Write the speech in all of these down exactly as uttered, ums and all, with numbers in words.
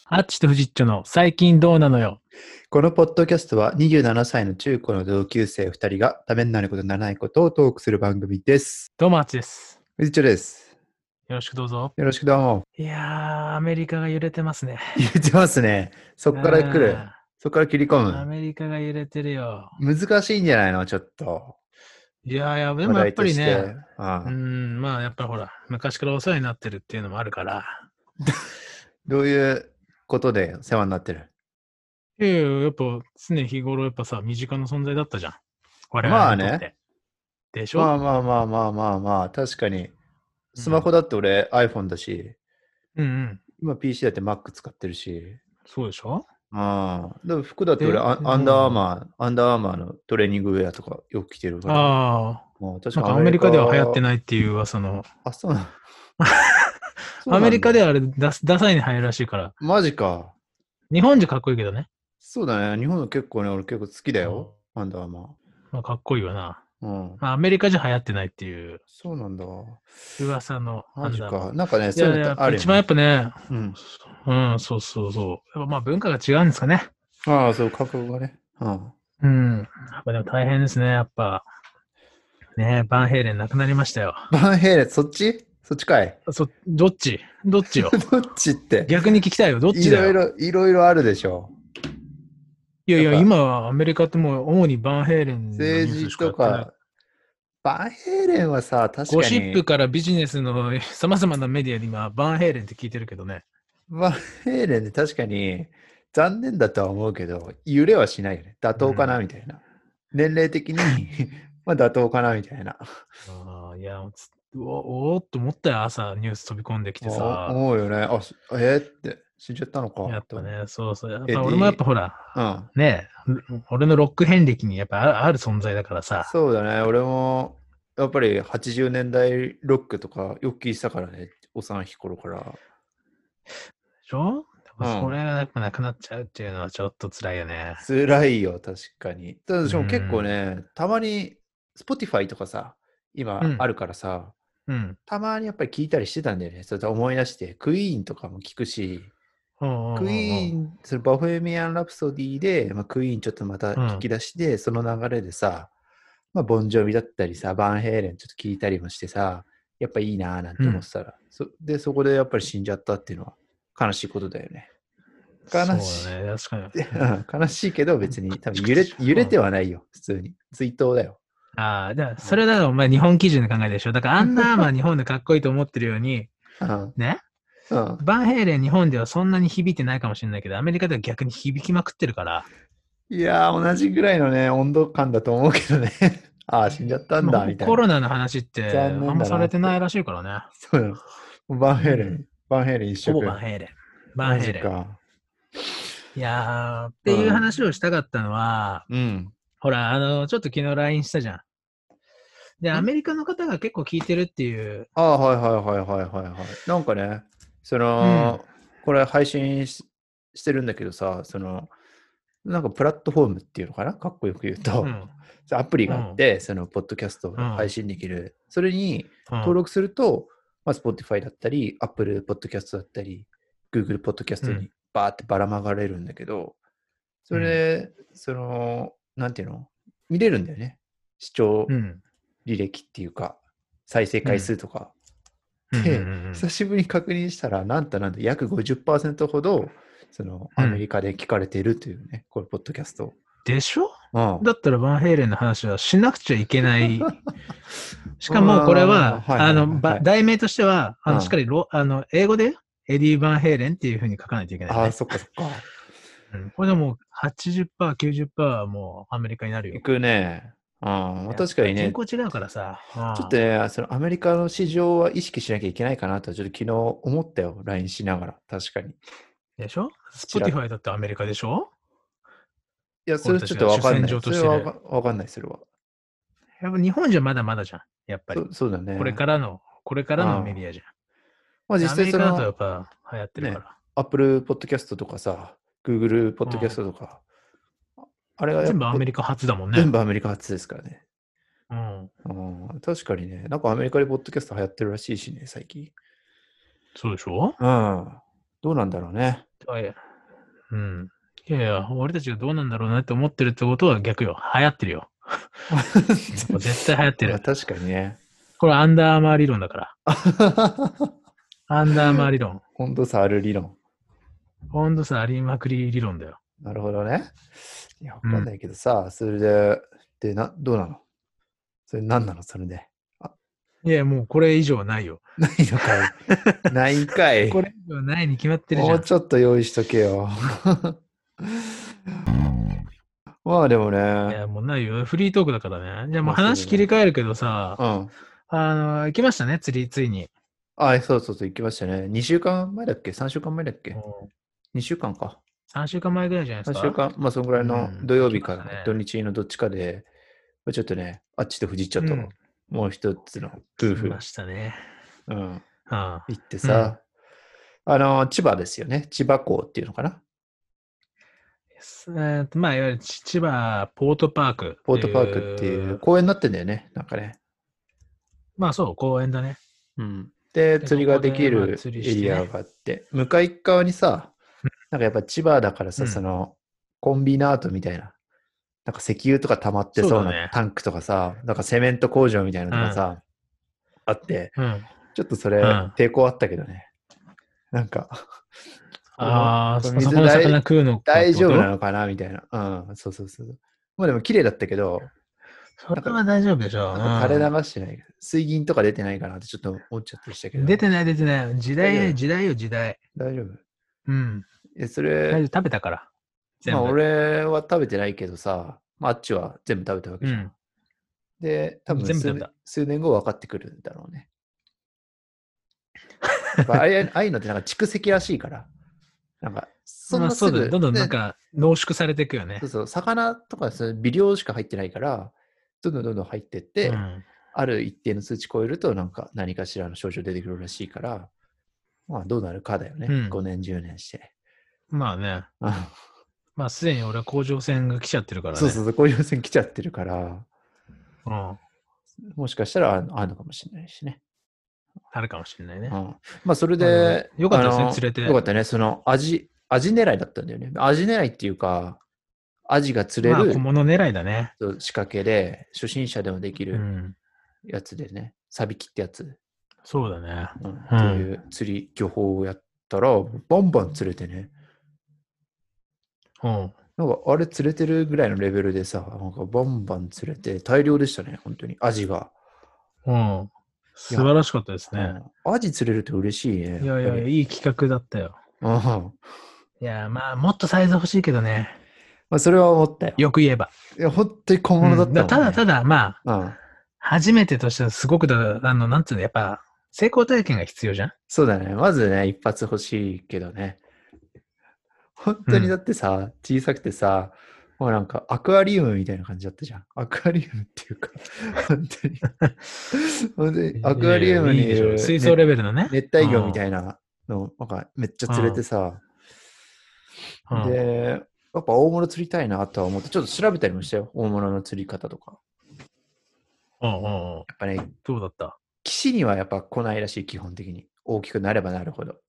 アッチとフジッチョの最近どうなのよ。 このポッドキャストはにじゅうななさいの中高の同級生ふたりがためになることならないことをトークする番組です。 どうもアッチです。 みずちょです。 よろしくどうぞ。 よろしくどうも。 いやー、アメリカが揺れてますね。 言ってますね。そっから来る。そっから切り込アむ。 メリカが揺れてるよ。 難しいんじゃないのちょっと。 いやいや、で話題もやっぱりね、 として。 うああーん、まあやっぱほら、昔からお世話になってるっていうのもあるから。 どういうことで世話になってる？ いやいや、やっぱ常日頃やっぱさ、身近な存在だったじゃん。我々 まあね。 にとって。でしょ？ まあまあまあまあまあまあ、確かに。スマうん。 ホだって俺 iPhone だし、 うんうん。 今 ピーシー だって Mac 使ってるし。 そうでしょ？ ああ、でも服だって俺で、 ア、アンダーアーうん。 マー、アンダーアーマーのトレーニングウェアとかよく着てるから、 ああ、 まあ確なんかアメリカ、 かアメリカでは流行ってないっていう噂の。 あ、そうな、そうアメなんだ。 リカではあれダスダサいに流行るらしいから。 マジか。 日本じゃかっこいいけどね。 そうだね。日本の結構ね、俺結構好きだうん、 よ。アンダーアーマまあ、かっこいいわな。 ー。うん。 まあ、アメリカじゃ流行ってないっていうそうなんだ。 噂のアマジか。 ンダーマなんかね、 ー。いやいや、 そういうのってあるよね。 一番やっぱね、 うん。 うん、そうそうそう。やっぱまあ文化が違うんですかね。 ああ、そう、覚悟がね。うん。 うん。やっぱでも大変ですね、やっぱ。ねバンヘイレン亡くなりましたよ。 バンヘイレン、そっちそっちかい？ そ、どっちどっちよ。 どっちって。 逆に聞きたいよ。どっちだよ。 いろいろ、いろいろあるでしょ。 いやいや、 やっぱ、 今はアメリカってもう主にバンヘイレンのニュースし政治かやってない。 とか、バンヘイレンはさ、確ゴシップかに、 からビジネスの様々なメディアで今、バンヘイレンって聞いてるけどね。 バンヘイレンで確かに残念だとは思うけど、揺れはしないよね。妥当かなうん。 みたいな。年齢的にまあ妥当かなみたいな。 ああ、いや、つおおーっと思ったよ、朝ニュース飛び込んできてまあおさ。 思うよね。あ、すえーって死んじゃったのかと思う。 やっぱね、そうそう。やっエぱ俺もやっぱディ、 ほら、 うん。 ねえ、俺のロック遍歴にやっぱあある存在だからさ。 そうだね。俺もやっぱりはちじゅうねんだいロックとかよく聞いてたからね。幼い頃から。 でしょ？でもそれうん。 がやっぱなくなっちゃうっていうのはちょっと辛いよね。 辛いよ、確かに。ただうしかも結構ん。 ね、たまに Spotify とかさ、 うん。 今あるからさ、 うん。 たまにやっぱり聞いたりしてたんだよね。それと思い出して、クイーンとかも聞くし、 うんうんクうんうん。 イーン、そのバフェミアン・ラプソディで、まあ、クイーンちょっとまた聞きうん。 出して、その流れでさ、まあ、ボンジョビだったりさ、バンヘイレンちょっと聞いたりもしてさ、やっぱいいなぁなんて思っうん。 てたら、そで、そこでやっぱり死んじゃったっていうのは悲しいことだよね。悲しい。 そうだね。確かに。 うん悲しいけど別に多分チクチ揺れ、揺れてクうん。 はないよ、普通に。追悼だよ。 ああ、じゃあ、 うんそれだとお前日本基準で考えでしょ。だからアンダーアーマー日本でかっこいいと思ってるように、 うんねうん。 バンヘイレン日本ではそんなに響いてないかもしれないけど、アメリカでは逆に響きまくってるから、 いやー、同じぐらいのね、温度感だと思うけどね。ああ、死んじゃったん今ほだ、みたいな。 ぼコロナの話って残念だあんまさなって。 れてないらしいからね。 そうなの。バンうん。 ヘイレン、バンヘイレン一ほぼバン色。 ヘイレン。バンマヘイレン。 ジか。 いやー、っていううん。 話をしたかったのは、 うん。 ほら、あの、ちょっと昨日 ライン したじゃん。で、アんメリカの方が結構聞いてるっていう。 ああ、はいはいはいはいはいはい。なんかね、そうん。 の、これ配信し、してるんだけどさ、その、なんかプラットフォームっていうのかなかっこよく言うと、 うん。 アプリうん。 があって、その、ポッドキャストうん。 を配信できる。それにうん。 登録すると、まあ、Spotify だったり、Apple Podcast だったり、Google う Podcast ん。 にバーってばらまがれるんだけど、そうん。 れで、その、なんていうの見れるんだよね。視聴うん。 履歴っていうか、再生回うん。 数とか。 うん。うで、 ん。 久しぶりに確認したら、なんとなんと約ごじゅっパーセントほど、そのうん。 アメリカで聞かれているというね、このポッドキャスト。 でしょ？ うん。 だったらバンヘイレンの話はしなくちゃいけない。しうーかもこれん、 は、 はいはいあの、 はいはい。 ば題名としては、あの、しっかうん。 りロ、あの、英語でエディ・バンヘイレンっていうふうに書かないといけないよああ、 ね。 そっかそっか。 うん。これでもうはちじゅっパーセント、きゅうじゅっパーセントはもうアメリカになるよ。 行くね。うん。まあ、 やっぱり確かにね、 人口違うからさ。 ちょっとね、そのアメリカの市場は意識しなきゃいけないかなと、ちょっと昨日思ったよ。ライン しながら。確かに。 うん。でしょ？ ちらっ Spotify だってアメリカでしょ？ いや、それちょっ俺たちが主戦とわかんない。それはわ場としてる。 かわかんない、それは。 やっぱ日本じゃまだまだじゃん。やっぱり。 そう、そうだこれね。 からの、これからのメデああ。 ィアじゃん。 まあで、アメ実際そリカだとやっの、 ぱ流行ってるかね、 ら。 Apple Podcast とかさ、Google うん。 Podcast とか、あれがやっ全部アぱメリカ初だもんね。 全部アメリカ発ですからね。 うん。 うん、確かにね、なんかアメリカでポッドキャスト流行ってるらしいしね、最近。 そうでしょ？ うん。どうなんだろうね。 はい。うん。いやいや、俺たちがどうなんだろうなって思ってるってことは逆よ。流行ってるよ。これ絶対流行ってる。 まあ確かにね。 これアンダーアーマー理論だから。アンダーアーマー理論。 温度差ある理論。 温度差ありまくり理論だよ。 なるほどね。いや、わうん。 かんないけどさ、それで、で、な、どうなの？それ何なのそれで。あ、 いや、もうこれ以上ないよ。 ないのかい。ないんかい。 これ以上ないに決まってるじもうゃん。 ちょっと用意しとけよ。まあでもね、 いや、もうないよ。フリートークだからね。じゃあもうまあそうだね。 話切り替えるけどさ、 うん。 あの、行きましたね、釣り、ついに。 あ、そうそうそう、行きましたね。にしゅうかんまえだっけ？ さん 週間前だっけ？ もうに 週間か。 さんしゅうかんまえぐらいじゃないです 3週か。 間、まあそのぐらいのうん。 土曜行き日から土ましたね。 日のどっちかで、ちょっとね、あっちと富士町と、 うん。 もう一つの夫婦、 来ましたね。 うん、 ああ。 行ってうん。 さ、あの、千葉ですよね。千葉港っていうのかな。 えーと、まあ、いわゆるち千葉ポートパークってポートパークっていいう、 う公園になってんだよね。なんかね。 まあそう、公園だね。 うん。で、 で、 釣りがでそこで、まあ、 きる釣りエリアしてね。 があって、向かい側にさ、なんかやっぱ千葉だからさ、そうん。 の、コンビナートみたいな、なんか石油とか溜まってそうなそうだね。 タンクとかさ、なんかセメント工場みたいなのうん。 とかさ、あって、 うん。 ちょっとそうん。 れあ抵抗あったけどね。なんか、この、 あ、 このそそこの魚水大、 食うのかっ大てこと？ 丈夫なのかなみたいな。うん、そうそうそう。まあでも綺麗だったけど、なんか、 それは大丈夫でしょなんか垂れう。 流してない。水銀とか出てないかなってちょっと思っちゃったりしたけうん。出ど、 てない出てない。時代、 大丈夫時代よ、時代。 大丈夫うん。 え、それ、 大丈夫、食べたから。 まあ全部。 俺は食べてないけどさ、まああっちは全部食べたわけじゃん。 うん。 で、多分数年、 全部食べた。 数年後分かってくるんだろうね。やっぱああいうああいうのってなんか蓄積らしいから、なんかそんまあそうだね。 なすぐ、 どんどんなんで、 か濃縮されていくよね。 そうそう、魚とかそう微量しか入ってないから、どんどんどんどん入ってって、 うん。 ある一定の数値超えると、なんか何かしらの症状出てくるらしいから、まあどうなるかだよね。 うん。 ごねん、じゅうねんして。 まあね。 うんまあすでに俺は甲状腺が来ちゃってるからね。 そうそうそう、こういう線来ちゃってるから、 うん。 もしかしたらああるのかもしれないしね。 あるかもしれないね。 うん、まあそれまあでも、 で、 よかったですね、 あの、 釣れて。 よかったね。その味、味狙いだったんだよね。味狙いっていうか、アジが釣れまあ小る物狙いだね。 そう仕掛けで、初心者でもできるうん。 やつでね、サビキってやつ、 そうだね。 うん、っうん。 ていう釣り、漁法をやったら、バンバン釣れてね。 うん。 なんかあれ釣れてるぐらいのレベルでさ、なんかバンバン釣れて大量でしたね、本当に。アジが。 うん。 いや、 素晴らしかったですね。 うん、アジ釣れると嬉しいね、 いやいや、 やっぱり。 いい企画だったよ。 うん、 いや、まあ、もっとサイズ欲しいけどね。 まあ、それは思ったよ。 よく言えば。 いや、本当に小う物だっん。だただたたもんね。 だ、まあ、 うん。 初めてとしてはすごくだ、あの、なんつうの、やっぱ、成功体験が必要じゃん。 そうだね。まずね、一発欲しいけどね。本当にだうん。 ってさ、小さくてさ、もうなんかアクアリウムみたいな感じだったじゃん。アクアリウムっていうか、本当に。本当にアクアリいやいや、 ウムにいいいでしょ。 る熱水槽レベルのね。 熱帯魚みうん。 たいなの、なんかめっちゃ釣れうん。 てさ、 うん。 で、やっぱ大物釣りたいなとは思って、ちょっと調べたりもしたよ。大物の釣り方とか。 うん。うん。 やっぱね、 どうだった？ 岸にはやっぱ来ないらしい、基本的に。大きくなればなるほど。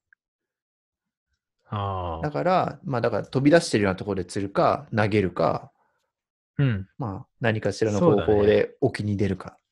ああ。 だから、まあだから飛び出してるようなところで釣るか、投げるか、 うん。 まあ何かしらの方そうだね。 法で沖に出るか。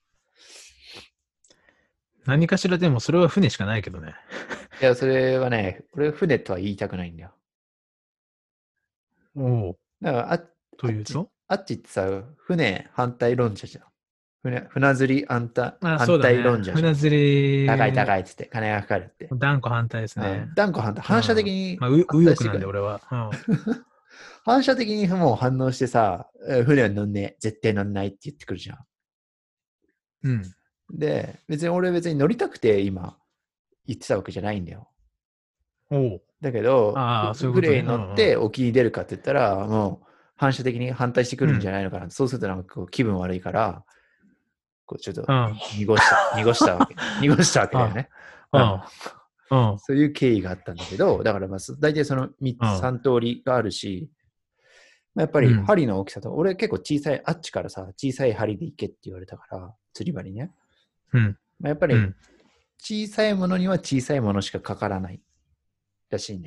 何かしらでもそれは船しかないけどね。 いや、それはね、俺船とは言いたくないんだよ。 おお。 だからあ、あっち、 というと？ あっちってさ、船反対論者じゃん。船、船釣りあんたまあ、そ反対うだね。 論者じゃん。 船釣高い高り、 いっつって、金がかかるって。 断固反対ですうん。 ね。 断固反対、 うん。 反射的にまあ、う反右翼なんで、 対してくる。 俺は。うん。 反射的にもう反応してさ、え船は乗んねえ、絶対乗んないって言ってくるじゃん。 うん。 で、別に俺別に乗りたくて今言ってたわけじゃないんだよ。 おお。 だけど、 ああ、そういうことね。 船に乗っうんうん。 て沖に出るかって言ったら、もう反射的に反対してくるんじゃうん。 ないのかな。そうするとなんかこう気分悪いから、こうちょっとうん。 濁した、濁したわけ。濁したわけだよあね。うん。 あ。うん。 そういう経緯があったんだけど、だからまあ大体そのみっつ、 うん。 さん通りがあるし、まあ、やっぱうん。 り針の大きさと、俺結構小さい、あっちからさ、小さい針で行けって言われたから、釣り針ね。 うん。 まあ、やっぱりうん。 小さいものには小さいものしかかからないらしいんだよ。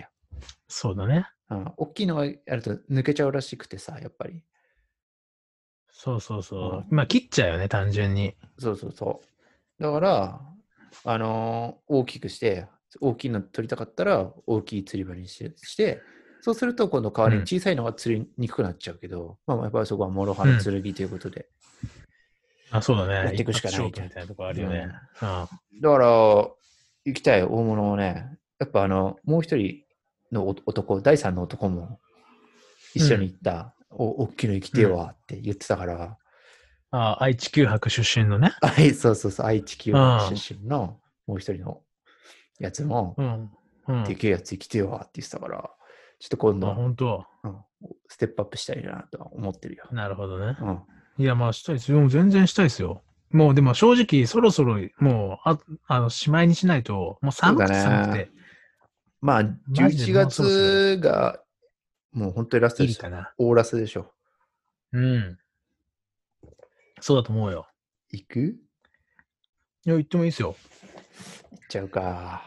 そうだね。 うん、大きいのがあると抜けちゃうらしくてさ、やっぱり。 そうそうそう。 うん、 まあ、切っちゃうよね、単純に。 そうそうそう。だから、あのー大きくして、大きいの取りたかったら大きい釣り針にしして、そうすると今度代わりにうん。 小さいのが釣りにくくなっちゃうけど、まあやっぱりそこは諸刃のうん。 剣ということであ、そうだね。 やっていくしか一発ないじゃん。 勝負みたいなとこあるよね。 うん。 うん。 だから、行きたい大物をね、やっぱあの、もう一人の男、第三の男も一緒にうん。 行った、お、大きいの生きてようん。 って言ってたから、 あ、愛知九博出身のね。 はい、そうそうそう、愛知う清白ん。 出身のもう一人のやつも、 うん。うん。 でけえやつ生きてよって言ってたから、ちょっと今あ、 度、 本当。 うん、ステップアップしたいなとは思ってるよ。 なるほどね。 うん。 いや、まあ、したいですよ。もう全然したいですよ。もう、でも正直、そろそろ、もう、あ、あの、しまいにしないと、もうそうだ寒くて寒くね。 て、 まあ、11 マジでもうそろそろ月がもう本当にラストですよ。 いいかな。 大ラストでしょ。 うん。そうだと思うよ。 行くいや、言ってもいいですよ。 行っちゃうか。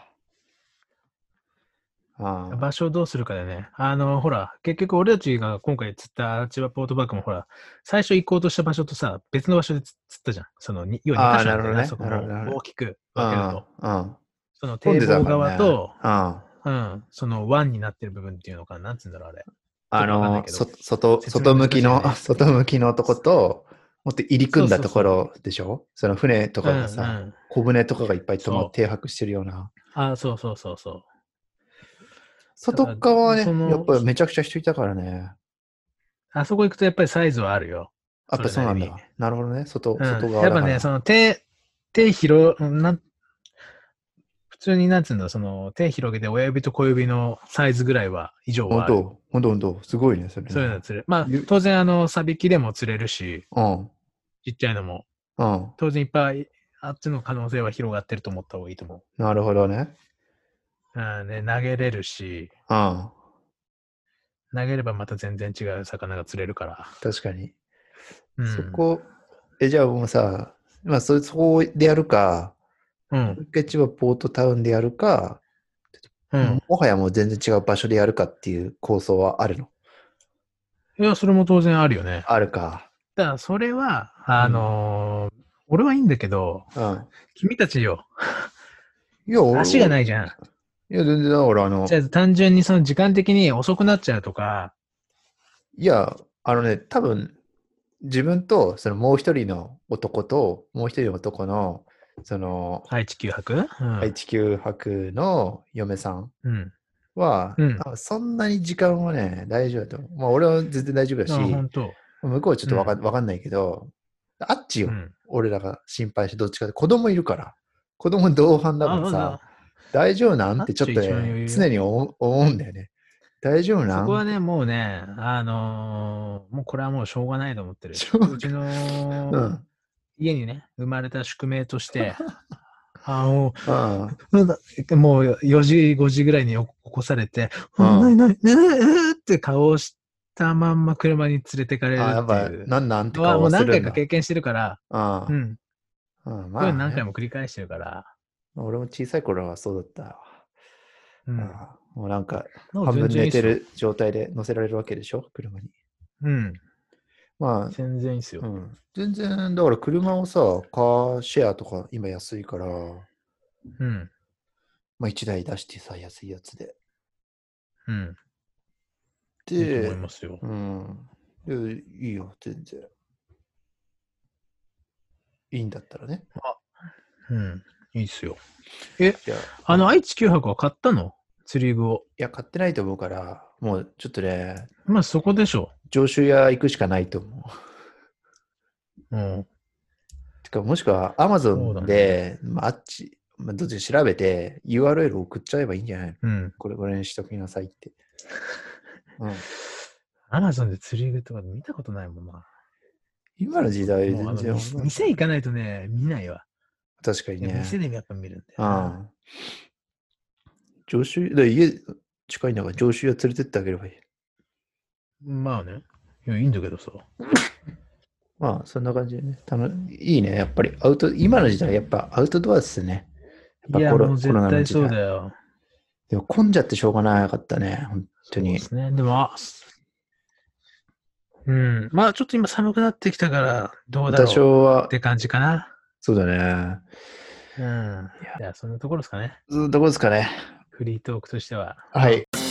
ああ、 場所をどうするかだよね。あの、ほら、結局俺たちが今回釣った千葉ポートバッグもほら、最初行こうとした場所とさ、別の場所で釣ったじゃん。そのに、要はにああ、 箇所なんだよな、 なるほどね。 そこもなるほど、なるほど。 大きく分けると。 うん、うん。 その混んでた堤防からね。 側と、 うん。 うん、その湾になってる部分っていうのかな、なんつうんだろう、あれ。ちょっとわかんないあの、そ、 けど、 外、 説明外向きの、 難しいよね。 外向きのとこと、もっと入り組そうんだとこそうそう。 ろでしょその船とうんうかがさ、 ん。 小舟とかがいっぱい止まっそう。 て停泊してるような。 あ、そうそうそうそう。だ外から、 側はね、やっその、 ぱりめちゃくちゃ人いたからね。 あそこ行くとやっぱりサイズはあるよ。 やっぱそれなりに。 そうなんだ。なるほどね。外、 うん。 外側やっぱね、そだから。 の手、手広、なん、普通になんつうんだ、その手広げて親指と小指のサイズぐらいは、以上はある。 本当本当本当すごいね、それね。 そういうの釣れる。まあ、 ゆ当然あの、サビキでも釣れるし、 うん、 ちっちゃいのも、 うん。 当然いっぱい、あっちの可能性は広がってると思った方がいいと思なるほどね。 う。うんね、投げれるし、 うん。 投げればまた全然違う魚が釣れるから。 確かに。 うん。 そこ、え、じゃあもうさ、まあ、そ、そこでやるか、 うん。 ケチはポートタウンでやるか、 うん。 もはやもう全然違う場所でやるかっていう構想はあるのいや、それも当然あるよね。 あるか。 だから、それは、あうん。 のー俺はいいんだけど、 うん。 君たちよ、 いや、俺、 足が俺、 ないじゃん。 いや、全然だからあの、 じゃあ単純にその時間的に遅くなっちゃうとか、 いや、あのね、多分、自分と、そのもう一人の男と、もう一人の男の、その、 愛知九博うん。 愛知九博の嫁さんうん。 は、 うん。 あそんなに時間はね、大丈夫だと思う。まあ、俺は全然大丈夫だあ、 し、 本当。 向こうはちょっとわか、 うん。 わかんないけど、あっちよ。 うん。 俺らが心配して、どっちかって子供いるから。子供同伴だかあ、 らさ、 まだ、 大丈夫なんてちょっあっちは一番とね、 余裕よ。 常に思う思うんだよね。大丈夫なんて。 そこはね、もうね、あのーもうこれはもうしょうがないと思ってる。 しょうがうちのうん。 家にね、生まれた宿命として、あの、 うんなんだもうよじ、ごじぐらいに起こされて、 うん。 なにあなに、ねえって顔をしたまんま車に連れてかれあ、 るっやっぱ、 ていうなんなんってのはもう顔はす何回かるんだ。 経験してるから、 あうん。 あ、うん、 こういうのまあね。 何回も繰り返してるから、 俺も小さい頃はそうだったわ。 うん。 ああ、もうなんか、 もう全半分然いいっすよ。 寝てる状態で乗せられるわけでしょ車に。 うん。 まあ、 全然いいっすよ。 うん。全然、だから車をさ、カーシェアとか今安いから、 うん。 まあいちだい出してさ、安いやつで。 うん。いいと思いで、 ますよ。 うん。で、いいよ、全然。いいんだったらね。 あ、うん。いいっすよ。え、 いや、 あの、 うん、い愛知九博は買ったの釣り具を。 や、買ってないと思うから、もうちょっとね、 まあそこでしょ上州屋行くしかないと思う。 う。うん。 てか、もしくはそうだ Amazon ね。 で、まあ、あっち、まあ、どっち調べて ユーアールエル 送っちゃえばいいんじゃないのうん。 これぐらいにしときなさいって。うん。 アマゾンで釣り具とか見たことないもんな。 今の時代もうあの、 全然店店行かないとね、見ないわ。 確かにやっぱ店ね。 でやっぱ見るんだよな。 うん。上州、だ家近いんだから上州屋連れてってあげればいい。 まあね。いや、いいんだけどさ。 まあ、そんな感じでね。たのいいね。やっぱりアウト、今の時代やっぱアウトドアですね。やっいや、 ぱコロ、コロもう絶対そうナの時代。 だよ。 でも混んじゃってしょうがなかったね、本当に。 そうですね。でも、あうん。まあ、ちょっと今寒くなってきたから、どうだろう多少はって感じかな。 そうだね。 うん。じゃあ、そんなところですかね。 そんなとこですかね。 フリートークとしては。 はい。